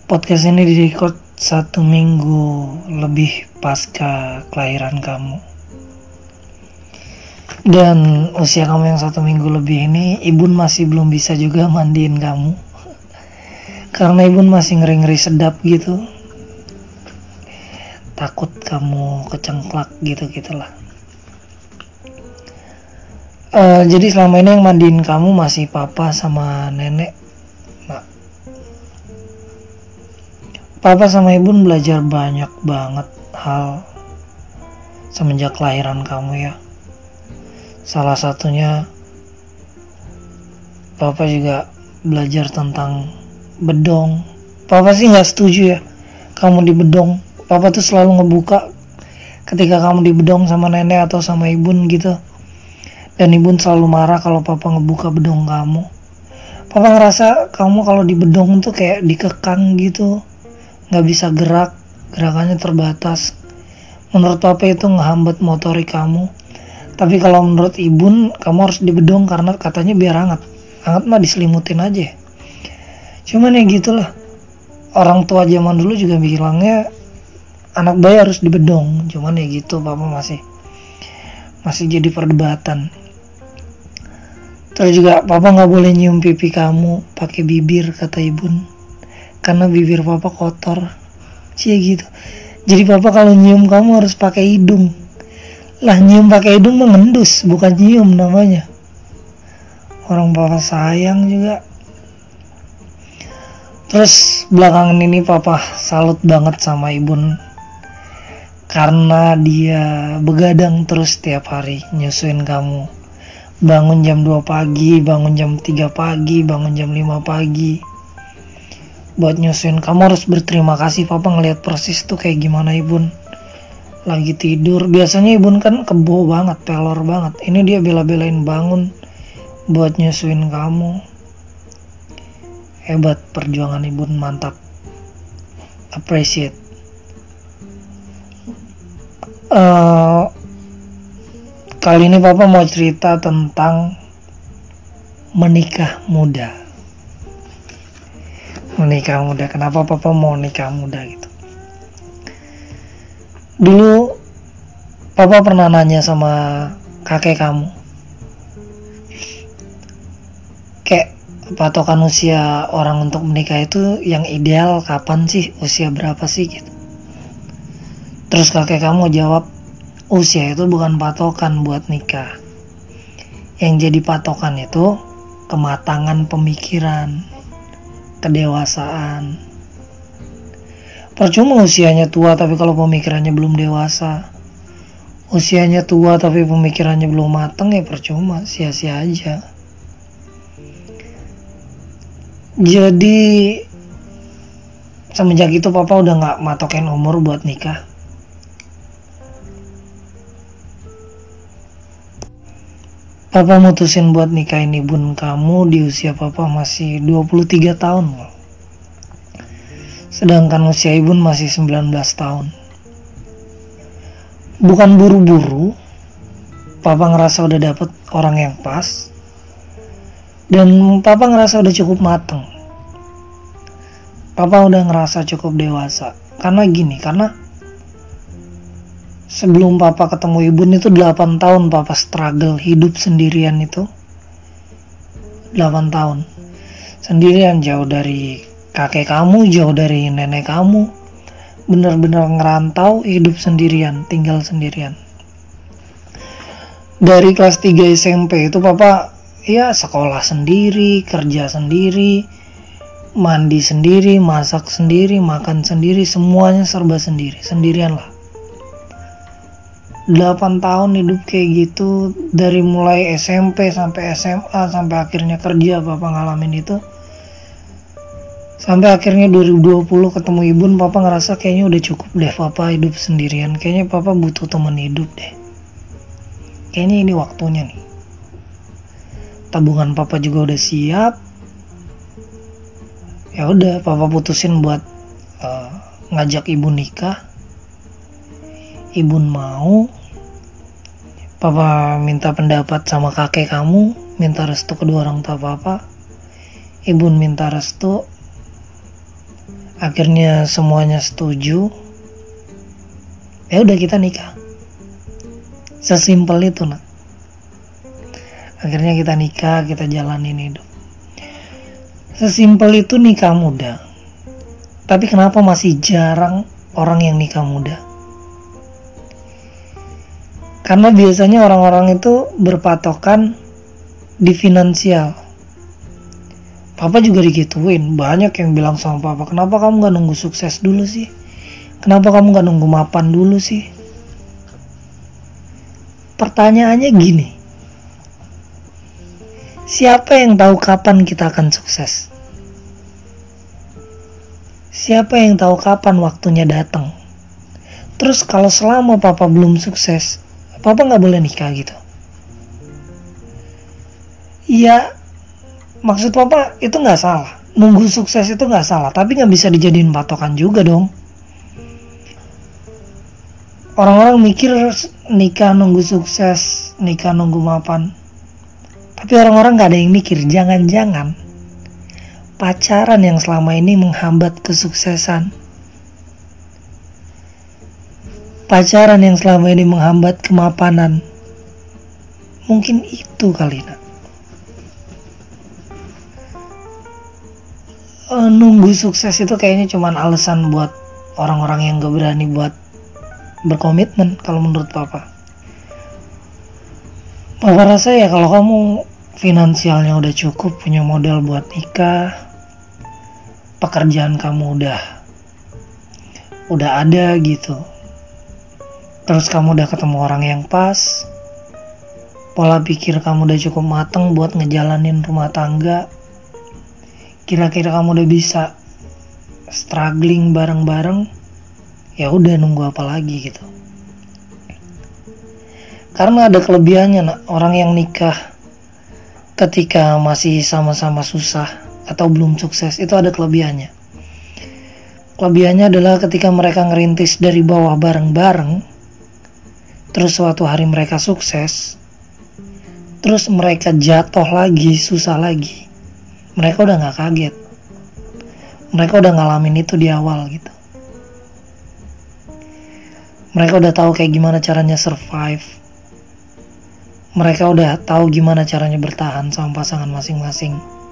Podcast ini direcord 1 minggu lebih pasca kelahiran kamu. Dan usia kamu yang 1 minggu lebih ini, Ibun masih belum bisa juga mandiin kamu. Karena Ibun masih ngeri-ngeri sedap gitu. Takut kamu kecengklak gitu-gitulah. Jadi selama ini yang mandiin kamu masih papa sama nenek. Nah, papa sama Ibun belajar banyak banget hal semenjak kelahiran kamu ya. Salah satunya papa juga belajar tentang bedong. Papa sih nggak setuju ya kamu di bedong. Papa tuh selalu ngebuka ketika kamu di bedong sama nenek atau sama Ibun gitu. Dan Ibun selalu marah kalau papa ngebuka bedong kamu. Papa ngerasa kamu kalau di bedong tuh kayak dikekang gitu, nggak bisa gerak, gerakannya terbatas. Menurut papa itu ngehambat motorik kamu. Tapi kalau menurut Ibun, kamu harus di bedong karena katanya biar hangat. Hangat mah diselimutin aja. Cuman ya gitulah. Orang tua zaman dulu juga bilangnya anak bayi harus di bedong. Cuman ya gitu, papa masih jadi perdebatan. Terus juga papa nggak boleh nyium pipi kamu pakai bibir kata Ibun, karena bibir papa kotor. Cie gitu. Jadi papa kalau nyium kamu harus pakai hidung. Lah nyium pakai hidung mengendus, bukan nyium namanya. Orang papa sayang juga. Terus belakangan ini papa salut banget sama Ibun karena dia begadang terus tiap hari nyusuin kamu. Bangun jam 2 pagi, bangun jam 3 pagi, bangun jam 5 pagi buat nyusuin. Kamu harus berterima kasih papa ngelihat persis tuh kayak gimana Ibun lagi tidur. Biasanya Ibun kan kebo banget, pelor banget. Ini dia bela-belain bangun buat nyusuin kamu. Hebat perjuangan Ibun, mantap. Appreciate. Kali ini papa mau cerita tentang menikah muda. Menikah muda. Kenapa papa mau nikah muda gitu? Dulu papa pernah nanya sama kakek kamu, kayak patokan usia orang untuk menikah itu yang ideal kapan sih, usia berapa sih gitu. Terus kakek kamu jawab, usia itu bukan patokan buat nikah. Yang jadi patokan itu kematangan pemikiran, kedewasaan. Percuma usianya tua tapi kalau pemikirannya belum dewasa. Usianya tua tapi pemikirannya belum matang, ya percuma, sia-sia aja. Jadi semenjak itu papa udah gak matokin umur buat nikah. Papa mutusin buat nikahin Ibun kamu di usia papa masih 23 tahun. Sedangkan usia Ibun masih 19 tahun. Bukan buru-buru. Papa ngerasa udah dapet orang yang pas. Dan papa ngerasa udah cukup mateng. Papa udah ngerasa cukup dewasa. Karena sebelum papa ketemu Ibun itu 8 tahun papa struggle hidup sendirian itu. 8 tahun. Sendirian, jauh dari kakek kamu, jauh dari nenek kamu. Bener-bener ngerantau, hidup sendirian, tinggal sendirian. Dari kelas 3 SMP itu papa ya sekolah sendiri, kerja sendiri, mandi sendiri, masak sendiri, makan sendiri, semuanya serba sendiri, sendirian lah. 8 tahun hidup kayak gitu, dari mulai SMP sampai SMA sampai akhirnya kerja papa ngalamin itu. Sampai akhirnya 2020 ketemu Ibun, papa ngerasa kayaknya udah cukup deh papa hidup sendirian. Kayaknya papa butuh teman hidup deh. Kayaknya ini waktunya nih. Tabungan papa juga udah siap. Ya udah, papa putusin buat ngajak Ibun nikah. Ibun mau. Papa minta pendapat sama kakek kamu, minta restu kedua orang tua papa. Ibun minta restu. Akhirnya semuanya setuju, ya udah kita nikah. Sesimpel itu nak. Akhirnya kita nikah, kita jalanin hidup. Sesimpel itu nikah muda. Tapi kenapa masih jarang orang yang nikah muda? Karena biasanya orang-orang itu berpatokan di finansial. Papa juga digituin. Banyak yang bilang sama papa, kenapa kamu gak nunggu sukses dulu sih? Kenapa kamu gak nunggu mapan dulu sih? Pertanyaannya gini, siapa yang tahu kapan kita akan sukses? Siapa yang tahu kapan waktunya datang? Terus kalau selama papa belum sukses, papa gak boleh nikah gitu? Iya, maksud papa itu gak salah. Nunggu sukses itu gak salah, tapi gak bisa dijadiin patokan juga dong. Orang-orang mikir nikah nunggu sukses, nikah nunggu mapan. Tapi orang-orang gak ada yang mikir, jangan-jangan pacaran yang selama ini menghambat kesuksesan. Pacaran yang selama ini menghambat kemapanan. Mungkin itu kali nak. Nunggu sukses itu kayaknya cuman alasan buat orang-orang yang gak berani buat berkomitmen kalau menurut papa. Papa rasa ya kalau kamu finansialnya udah cukup, punya modal buat nikah, pekerjaan kamu udah ada gitu, terus kamu udah ketemu orang yang pas, pola pikir kamu udah cukup mateng buat ngejalanin rumah tangga, kira-kira kamu udah bisa struggling bareng-bareng, ya udah nunggu apa lagi gitu. Karena ada kelebihannya nak, orang yang nikah ketika masih sama-sama susah atau belum sukses itu ada kelebihannya. Kelebihannya adalah ketika mereka ngerintis dari bawah bareng-bareng, terus suatu hari mereka sukses, terus mereka jatuh lagi, susah lagi, mereka udah gak kaget. Mereka udah ngalamin itu di awal gitu. Mereka udah tahu kayak gimana caranya survive. Mereka udah tahu gimana caranya bertahan sama pasangan masing-masing.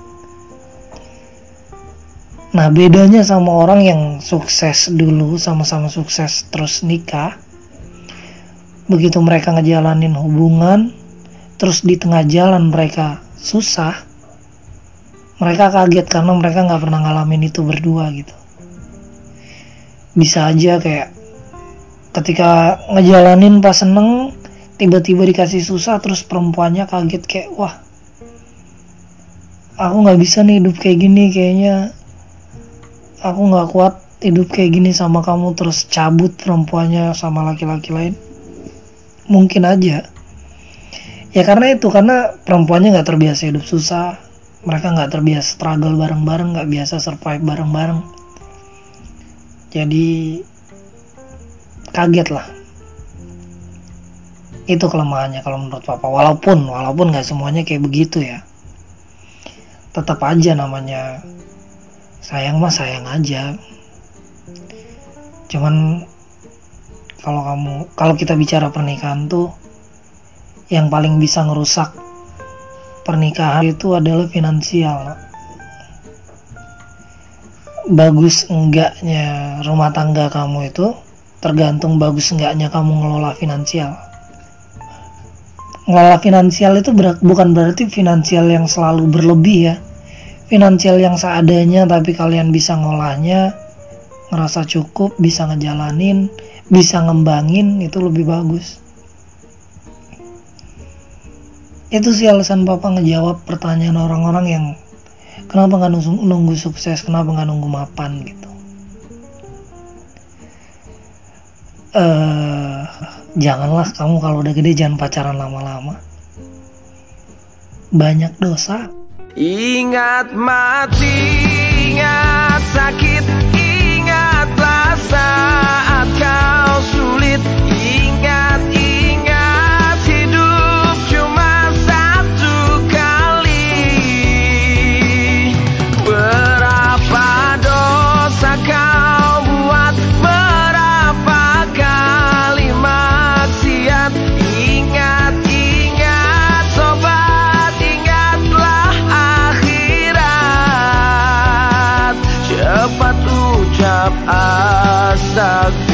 Nah, bedanya sama orang yang sukses dulu, sama-sama sukses terus nikah. Begitu mereka ngejalanin hubungan, terus di tengah jalan mereka susah, mereka kaget karena mereka gak pernah ngalamin itu berdua gitu. Bisa aja kayak ketika ngejalanin pas seneng, tiba-tiba dikasih susah, terus perempuannya kaget kayak, wah, aku gak bisa nih hidup kayak gini, kayaknya aku gak kuat hidup kayak gini sama kamu, terus cabut perempuannya sama laki-laki lain. Mungkin aja. Ya karena itu, karena perempuannya gak terbiasa hidup susah, mereka gak terbiasa struggle bareng-bareng, gak biasa survive bareng-bareng. Jadi kaget lah. Itu kelemahannya kalau menurut papa. Walaupun gak semuanya kayak begitu ya. Tetap aja namanya sayang mah sayang aja. Cuman kalau kita bicara pernikahan tuh, yang paling bisa ngerusak pernikahan itu adalah finansial. Bagus enggaknya rumah tangga kamu itu tergantung bagus enggaknya kamu ngelola finansial. Ngelola finansial itu bukan berarti finansial yang selalu berlebih ya. Finansial yang seadanya tapi kalian bisa ngolahnya, ngerasa cukup, bisa ngejalanin, bisa ngembangin, itu lebih bagus. Itu sih alasan papa ngejawab pertanyaan orang-orang yang kenapa gak nunggu sukses, kenapa gak nunggu mapan gitu. Janganlah kamu kalau udah gede jangan pacaran lama-lama. Banyak dosa. Ingat mati, ingat sakit, ingatlah saat kau sulit. Ingat hidup cuma satu kali. Berapa dosa kau asaku.